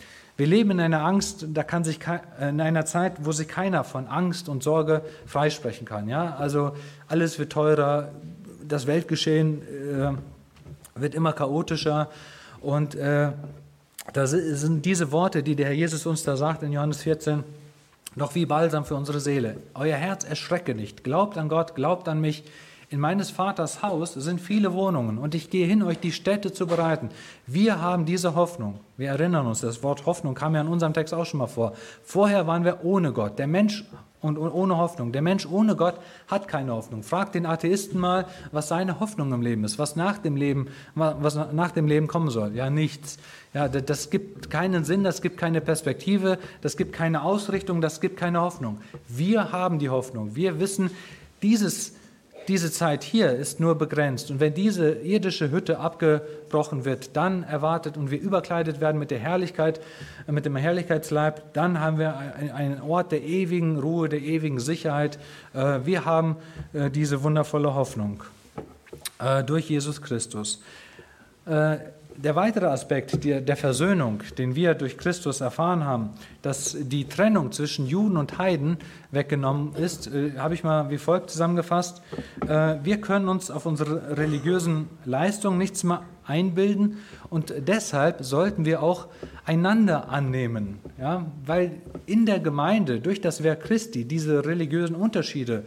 Wir leben in einer Angst, da kann sich in einer Zeit, wo sich keiner von Angst und Sorge freisprechen kann. Ja? Also alles wird teurer, das Weltgeschehen äh, wird immer chaotischer und äh, da sind diese Worte, die der Herr Jesus uns da sagt in Johannes vierzehn, doch wie Balsam für unsere Seele. Euer Herz erschrecke nicht, glaubt an Gott, glaubt an mich. In meines Vaters Haus sind viele Wohnungen und ich gehe hin, euch die Städte zu bereiten. Wir haben diese Hoffnung. Wir erinnern uns, das Wort Hoffnung kam ja in unserem Text auch schon mal vor. Vorher waren wir ohne Gott. Der Mensch und ohne Hoffnung. Der Mensch ohne Gott hat keine Hoffnung. Fragt den Atheisten mal, was seine Hoffnung im Leben ist, was nach dem Leben, was nach dem Leben kommen soll. Ja, nichts. Ja, das gibt keinen Sinn, das gibt keine Perspektive, das gibt keine Ausrichtung, das gibt keine Hoffnung. Wir haben die Hoffnung. Wir wissen, dieses Diese Zeit hier ist nur begrenzt und wenn diese irdische Hütte abgebrochen wird, dann erwartet und wir überkleidet werden mit der Herrlichkeit, mit dem Herrlichkeitsleib, dann haben wir einen Ort der ewigen Ruhe, der ewigen Sicherheit. Wir haben diese wundervolle Hoffnung durch Jesus Christus. Der weitere Aspekt der Versöhnung, den wir durch Christus erfahren haben, dass die Trennung zwischen Juden und Heiden weggenommen ist, habe ich mal wie folgt zusammengefasst. Wir können uns auf unsere religiösen Leistungen nichts mehr einbilden und deshalb sollten wir auch einander annehmen, ja? Weil in der Gemeinde durch das Werk Christi diese religiösen Unterschiede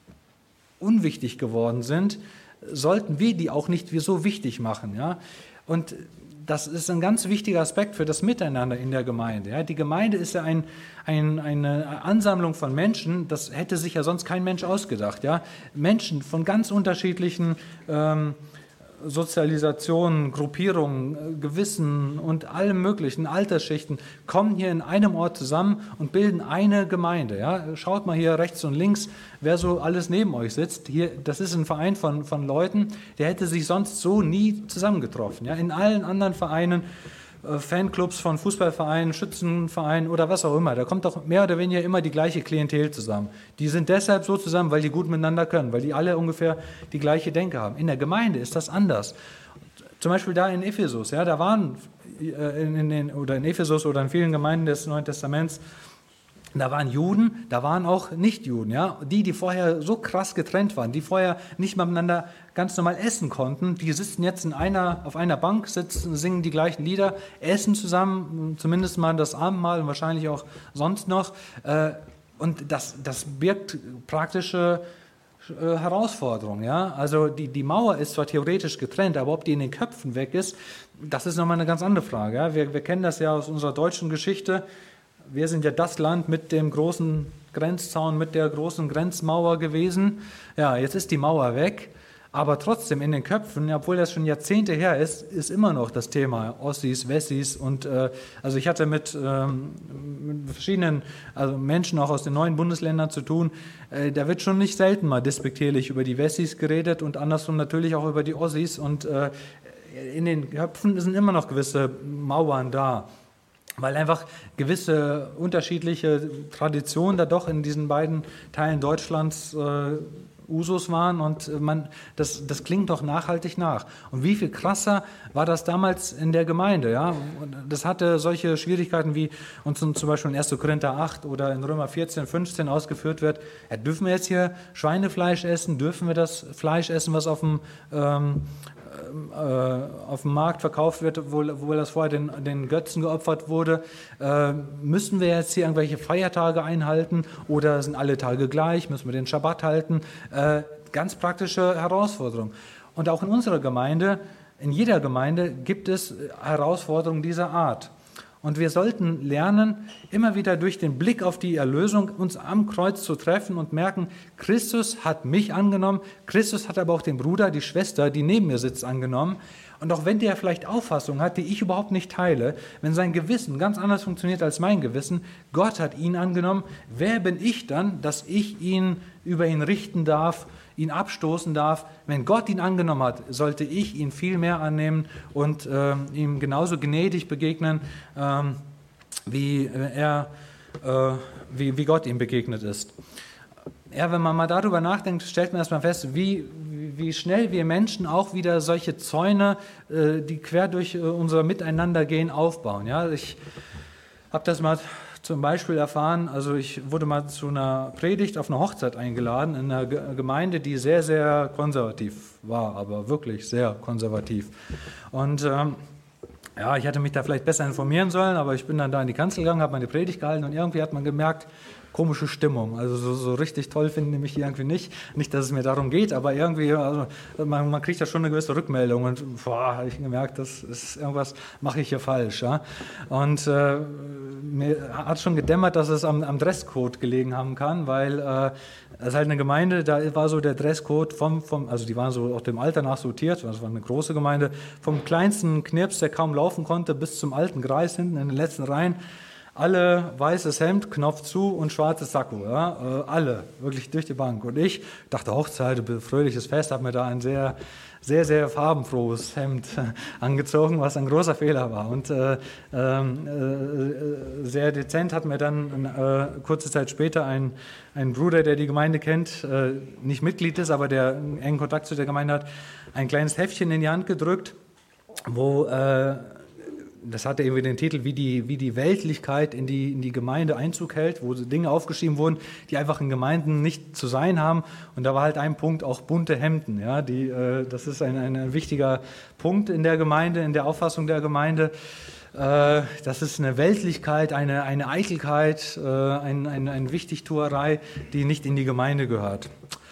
unwichtig geworden sind, sollten wir die auch nicht so wichtig machen, ja? Und das ist ein ganz wichtiger Aspekt für das Miteinander in der Gemeinde. Ja, die Gemeinde ist ja ein, ein, eine Ansammlung von Menschen, das hätte sich ja sonst kein Mensch ausgedacht. Ja? Menschen von ganz unterschiedlichen ähm, Sozialisationen, Gruppierungen, Gewissen und allem möglichen, Altersschichten, kommen hier in einem Ort zusammen und bilden eine Gemeinde. Ja? Schaut mal hier rechts und links, wer so alles neben euch sitzt. Hier, das ist ein Verein von, von Leuten, der hätte sich sonst so nie zusammengetroffen. Ja? In allen anderen Vereinen, äh, Fanclubs von Fußballvereinen, Schützenvereinen oder was auch immer, da kommt doch mehr oder weniger immer die gleiche Klientel zusammen. Die sind deshalb so zusammen, weil die gut miteinander können, weil die alle ungefähr die gleiche Denke haben. In der Gemeinde ist das anders. Zum Beispiel da in Ephesus, ja, da waren äh, in, in den, oder in Ephesus oder in vielen Gemeinden des Neuen Testaments, da waren Juden, da waren auch Nichtjuden, ja, die, die vorher so krass getrennt waren, die vorher nicht miteinander ganz normal essen konnten, die sitzen jetzt in einer, auf einer Bank, sitzen, singen die gleichen Lieder, essen zusammen, zumindest mal das Abendmahl und wahrscheinlich auch sonst noch. Und das, das birgt praktische Herausforderungen, ja. Also die, die Mauer ist zwar theoretisch getrennt, aber ob die in den Köpfen weg ist, das ist nochmal eine ganz andere Frage. Ja. Wir, wir kennen das ja aus unserer deutschen Geschichte. Wir sind ja das Land mit dem großen Grenzzaun, mit der großen Grenzmauer gewesen. Ja, jetzt ist die Mauer weg, aber trotzdem in den Köpfen, obwohl das schon Jahrzehnte her ist, ist immer noch das Thema Ossis, Wessis. Und äh, also ich hatte mit, ähm, mit verschiedenen also Menschen auch aus den neuen Bundesländern zu tun. Äh, da wird schon nicht selten mal despektierlich über die Wessis geredet und andersrum natürlich auch über die Ossis. Und äh, in den Köpfen sind immer noch gewisse Mauern da, weil einfach gewisse unterschiedliche Traditionen da doch in diesen beiden Teilen Deutschlands äh, Usus waren und man, das, das klingt doch nachhaltig nach. Und wie viel krasser war das damals in der Gemeinde? Ja? Das hatte solche Schwierigkeiten, wie uns zum Beispiel in erster Korinther acht oder in Römer vierzehn, fünfzehn ausgeführt wird. Ja, dürfen wir jetzt hier Schweinefleisch essen? Dürfen wir das Fleisch essen, was auf dem ähm, auf dem Markt verkauft wird, wo, wo das vorher den, den Götzen geopfert wurde, äh, müssen wir jetzt hier irgendwelche Feiertage einhalten oder sind alle Tage gleich, müssen wir den Schabbat halten? Äh, ganz praktische Herausforderungen. Und auch in unserer Gemeinde, in jeder Gemeinde gibt es Herausforderungen dieser Art. Und wir sollten lernen, immer wieder durch den Blick auf die Erlösung uns am Kreuz zu treffen und merken, Christus hat mich angenommen, Christus hat aber auch den Bruder, die Schwester, die neben mir sitzt, angenommen. Und auch wenn der vielleicht Auffassungen hat, die ich überhaupt nicht teile, wenn sein Gewissen ganz anders funktioniert als mein Gewissen, Gott hat ihn angenommen, wer bin ich dann, dass ich ihn über ihn richten darf, ihn abstoßen darf? Wenn Gott ihn angenommen hat, sollte ich ihn viel mehr annehmen und äh, ihm genauso gnädig begegnen, äh, wie, er, äh, wie, wie Gott ihm begegnet ist. Ja, wenn man mal darüber nachdenkt, stellt man erstmal fest, wie, wie schnell wir Menschen auch wieder solche Zäune, äh, die quer durch äh, unser Miteinander gehen, aufbauen. Ja, ich habe das mal zum Beispiel erfahren, also ich wurde mal zu einer Predigt auf einer Hochzeit eingeladen in einer Gemeinde, die sehr, sehr konservativ war, aber wirklich sehr konservativ. Und ähm, ja, ich hätte mich da vielleicht besser informieren sollen, aber ich bin dann da in die Kanzel gegangen, habe meine Predigt gehalten und irgendwie hat man gemerkt, komische Stimmung. Also so, so richtig toll finde ich mich irgendwie nicht. Nicht, dass es mir darum geht, aber irgendwie, also man, man kriegt da schon eine gewisse Rückmeldung und boah, habe ich gemerkt, das ist irgendwas mache ich hier falsch. Ja? Und äh, mir hat schon gedämmert, dass es am, am Dresscode gelegen haben kann, weil äh, es ist halt eine Gemeinde, da war so der Dresscode vom, vom, also die waren so auch dem Alter nach sortiert, das war eine große Gemeinde, vom kleinsten Knirps, der kaum laufen konnte, bis zum alten Greis hinten in den letzten Reihen. Alle weißes Hemd, Knopf zu und schwarzes Sakko, ja, äh, alle, wirklich durch die Bank. Und ich dachte, Hochzeit, fröhliches Fest, habe mir da ein sehr, sehr, sehr farbenfrohes Hemd angezogen, was ein großer Fehler war. Und äh, äh, sehr dezent hat mir dann äh, kurze Zeit später ein, ein Bruder, der die Gemeinde kennt, äh, nicht Mitglied ist, aber der einen engen Kontakt zu der Gemeinde hat, ein kleines Heftchen in die Hand gedrückt, wo... Äh, Das hatte irgendwie den Titel, wie die, wie die Weltlichkeit in die, in die Gemeinde Einzug hält, wo Dinge aufgeschrieben wurden, die einfach in Gemeinden nicht zu sein haben. Und da war halt ein Punkt auch bunte Hemden. Ja, die, äh, das ist ein, ein wichtiger Punkt in der Gemeinde, in der Auffassung der Gemeinde. Äh, das ist eine Weltlichkeit, eine, eine Eitelkeit, äh, ein, ein, eine Wichtigtuerei, die nicht in die Gemeinde gehört.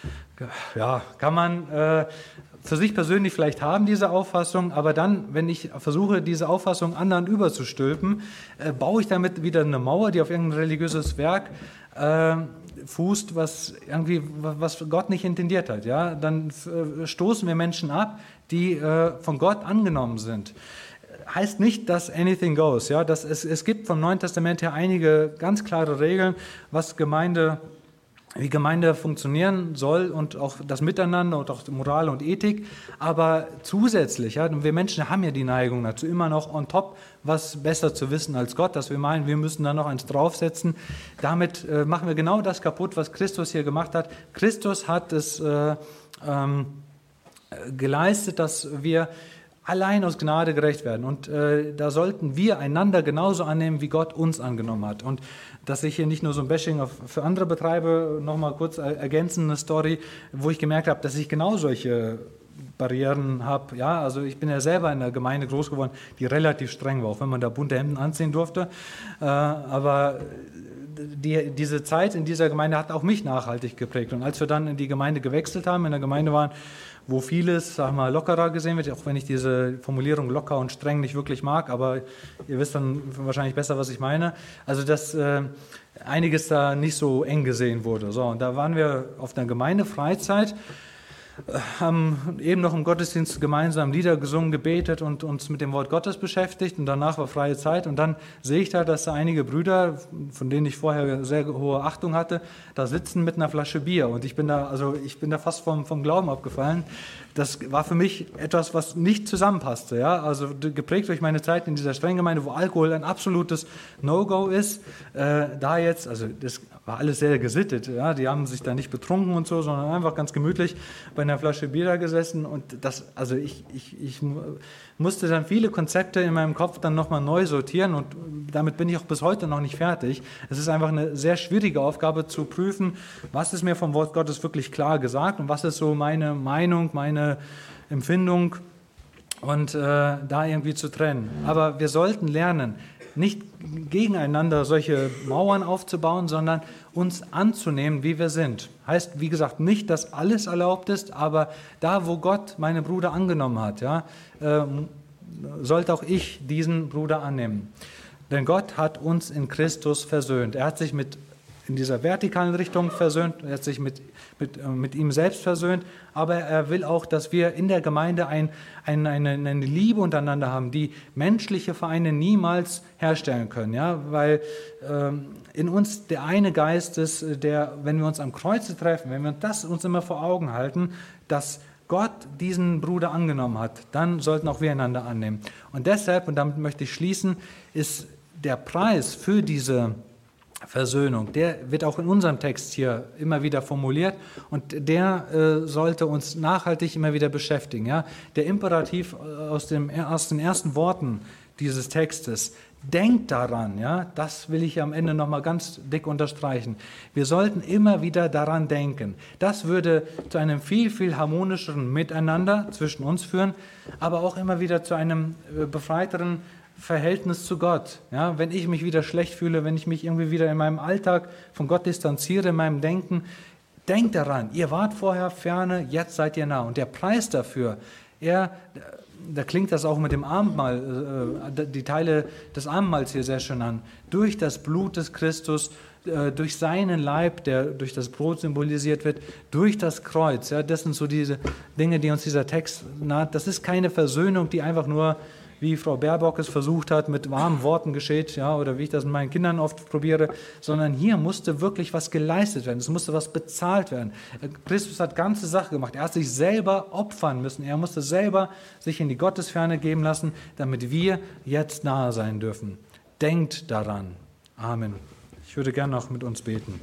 Ja, kann man... Äh, für sich persönlich vielleicht haben, diese Auffassung, aber dann, wenn ich versuche, diese Auffassung anderen überzustülpen, äh, baue ich damit wieder eine Mauer, die auf irgendein religiöses Werk äh, fußt, was irgendwie, was Gott nicht intendiert hat. Ja? Dann äh, stoßen wir Menschen ab, die äh, von Gott angenommen sind. Heißt nicht, dass anything goes. Ja? Dass es, es gibt vom Neuen Testament her einige ganz klare Regeln, was Gemeinde wie Gemeinde funktionieren soll und auch das Miteinander und auch Moral und Ethik, aber zusätzlich, ja, wir Menschen haben ja die Neigung dazu, immer noch on top was besser zu wissen als Gott, dass wir meinen, wir müssen da noch eins draufsetzen. Damit äh, machen wir genau das kaputt, was Christus hier gemacht hat. Christus hat es äh, ähm, geleistet, dass wir allein aus Gnade gerecht werden. Und äh, da sollten wir einander genauso annehmen, wie Gott uns angenommen hat. Und dass ich hier nicht nur so ein Bashing auf, für andere betreibe, nochmal kurz ergänzende Story, wo ich gemerkt habe, dass ich genau solche Barrieren habe. Ja, also ich bin ja selber in einer Gemeinde groß geworden, die relativ streng war, auch wenn man da bunte Hemden anziehen durfte. Äh, aber die, diese Zeit in dieser Gemeinde hat auch mich nachhaltig geprägt. Und als wir dann in die Gemeinde gewechselt haben, in der Gemeinde waren, wo vieles, sag mal, lockerer gesehen wird, auch wenn ich diese Formulierung locker und streng nicht wirklich mag, aber ihr wisst dann wahrscheinlich besser, was ich meine. Also, dass äh, einiges da nicht so eng gesehen wurde. So, und da waren wir auf einer Gemeindefreizeit, haben eben noch im Gottesdienst gemeinsam Lieder gesungen, gebetet und uns mit dem Wort Gottes beschäftigt und danach war freie Zeit und dann sehe ich da, dass da einige Brüder, von denen ich vorher sehr hohe Achtung hatte, da sitzen mit einer Flasche Bier und ich bin da, also ich bin da fast vom, vom Glauben abgefallen. Das war für mich etwas, was nicht zusammenpasste, ja, also geprägt durch meine Zeit in dieser Strenggemeinde, wo Alkohol ein absolutes No-Go ist, äh, da jetzt, also das war alles sehr gesittet, ja, die haben sich da nicht betrunken und so, sondern einfach ganz gemütlich bei einer Flasche Bier da gesessen und das, also ich, ich, ich musste dann viele Konzepte in meinem Kopf dann nochmal neu sortieren und damit bin ich auch bis heute noch nicht fertig. Es ist einfach eine sehr schwierige Aufgabe zu prüfen, was ist mir vom Wort Gottes wirklich klar gesagt und was ist so meine Meinung, meine Empfindung und äh, da irgendwie zu trennen. Aber wir sollten lernen, nicht gegeneinander solche Mauern aufzubauen, sondern uns anzunehmen, wie wir sind. Heißt, wie gesagt, nicht, dass alles erlaubt ist, aber da, wo Gott meine Brüder angenommen hat, ja, äh, sollte auch ich diesen Bruder annehmen. Denn Gott hat uns in Christus versöhnt. Er hat sich mit in dieser vertikalen Richtung versöhnt, er hat sich mit, mit, äh, mit ihm selbst versöhnt, aber er will auch, dass wir in der Gemeinde ein, ein, eine, eine Liebe untereinander haben, die menschliche Vereine niemals herstellen können, ja? Weil ähm, in uns der eine Geist ist, der, wenn wir uns am Kreuze treffen, wenn wir das uns immer vor Augen halten, dass Gott diesen Bruder angenommen hat, dann sollten auch wir einander annehmen. Und deshalb, und damit möchte ich schließen, ist der Preis für diese Versöhnung, der wird auch in unserem Text hier immer wieder formuliert und der äh, sollte uns nachhaltig immer wieder beschäftigen. Ja? Der Imperativ aus, dem, aus den ersten Worten dieses Textes, denkt daran, ja, das will ich am Ende nochmal ganz dick unterstreichen. Wir sollten immer wieder daran denken. Das würde zu einem viel, viel harmonischeren Miteinander zwischen uns führen, aber auch immer wieder zu einem befreiteren Verhältnis zu Gott. Ja, wenn ich mich wieder schlecht fühle, wenn ich mich irgendwie wieder in meinem Alltag von Gott distanziere, in meinem Denken, denkt daran, ihr wart vorher ferne, jetzt seid ihr nah. Und der Preis dafür, er, da klingt das auch mit dem Abendmahl, äh, die Teile des Abendmahls hier sehr schön an, durch das Blut des Christus, äh, durch seinen Leib, der durch das Brot symbolisiert wird, durch das Kreuz. Ja, das sind so diese Dinge, die uns dieser Text naht. Das ist keine Versöhnung, die einfach nur, wie Frau Baerbock es versucht hat, mit warmen Worten geschieht, ja, oder wie ich das mit meinen Kindern oft probiere, sondern hier musste wirklich was geleistet werden, es musste was bezahlt werden. Christus hat ganze Sache gemacht, er hat sich selber opfern müssen, er musste selber sich in die Gottesferne geben lassen, damit wir jetzt nahe sein dürfen. Denkt daran. Amen. Ich würde gerne noch mit uns beten.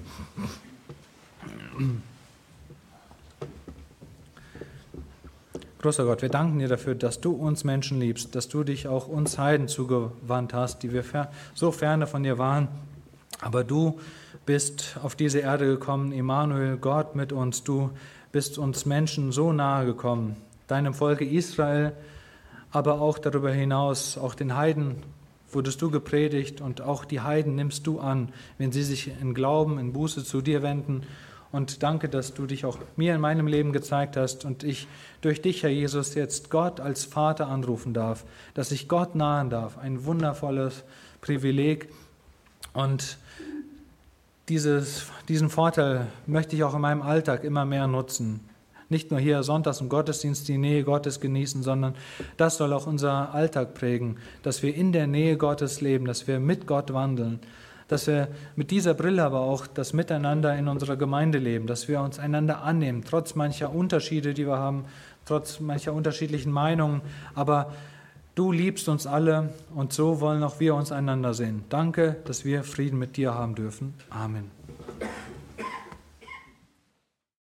Großer Gott, wir danken dir dafür, dass du uns Menschen liebst, dass du dich auch uns Heiden zugewandt hast, die wir so ferne von dir waren. Aber du bist auf diese Erde gekommen, Immanuel, Gott mit uns. Du bist uns Menschen so nahe gekommen, deinem Volke Israel, aber auch darüber hinaus, auch den Heiden wurdest du gepredigt und auch die Heiden nimmst du an, wenn sie sich in Glauben, in Buße zu dir wenden. Und danke, dass du dich auch mir in meinem Leben gezeigt hast und ich durch dich, Herr Jesus, jetzt Gott als Vater anrufen darf, dass ich Gott nahen darf. Ein wundervolles Privileg. Und dieses, diesen Vorteil möchte ich auch in meinem Alltag immer mehr nutzen. Nicht nur hier sonntags im Gottesdienst die Nähe Gottes genießen, sondern das soll auch unser Alltag prägen, dass wir in der Nähe Gottes leben, dass wir mit Gott wandeln. Dass wir mit dieser Brille aber auch das Miteinander in unserer Gemeinde leben, dass wir uns einander annehmen, trotz mancher Unterschiede, die wir haben, trotz mancher unterschiedlichen Meinungen. Aber du liebst uns alle und so wollen auch wir uns einander sehen. Danke, dass wir Frieden mit dir haben dürfen. Amen.